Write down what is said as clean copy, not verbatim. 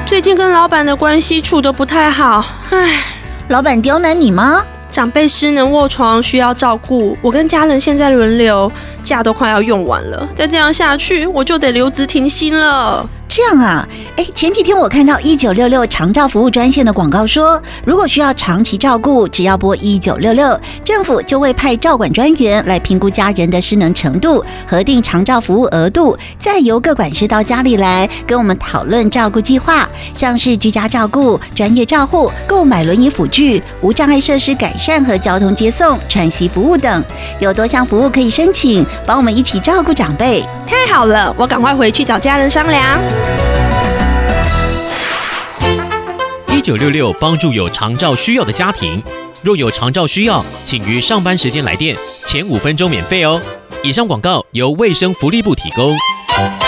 最近跟老板的关系处得不太好，唉。 老板刁难你吗？ 长辈失能卧床需要照顾，我跟家人现在轮流，假都快要用完了，再这样下去我就得留职停薪了。 这样啊，前几天我看到1966长照服务专线的广告说，如果需要长期照顾，只要拨1966，政府就会派照管专员来评估家人的失能程度，核定长照服务额度，再由各管事到家里来跟我们讨论照顾计划，像是居家照顾、专业照护、购买轮椅辅具、无障碍设施改善和交通接送、喘息服务等，有多项服务可以申请，帮我们一起照顾长辈。 太好了，我赶快回去找家人商量。 1966帮助有长照需要的家庭，若有长照需要，请于上班时间来电，前5分钟免费哦。以上广告由卫生福利部提供。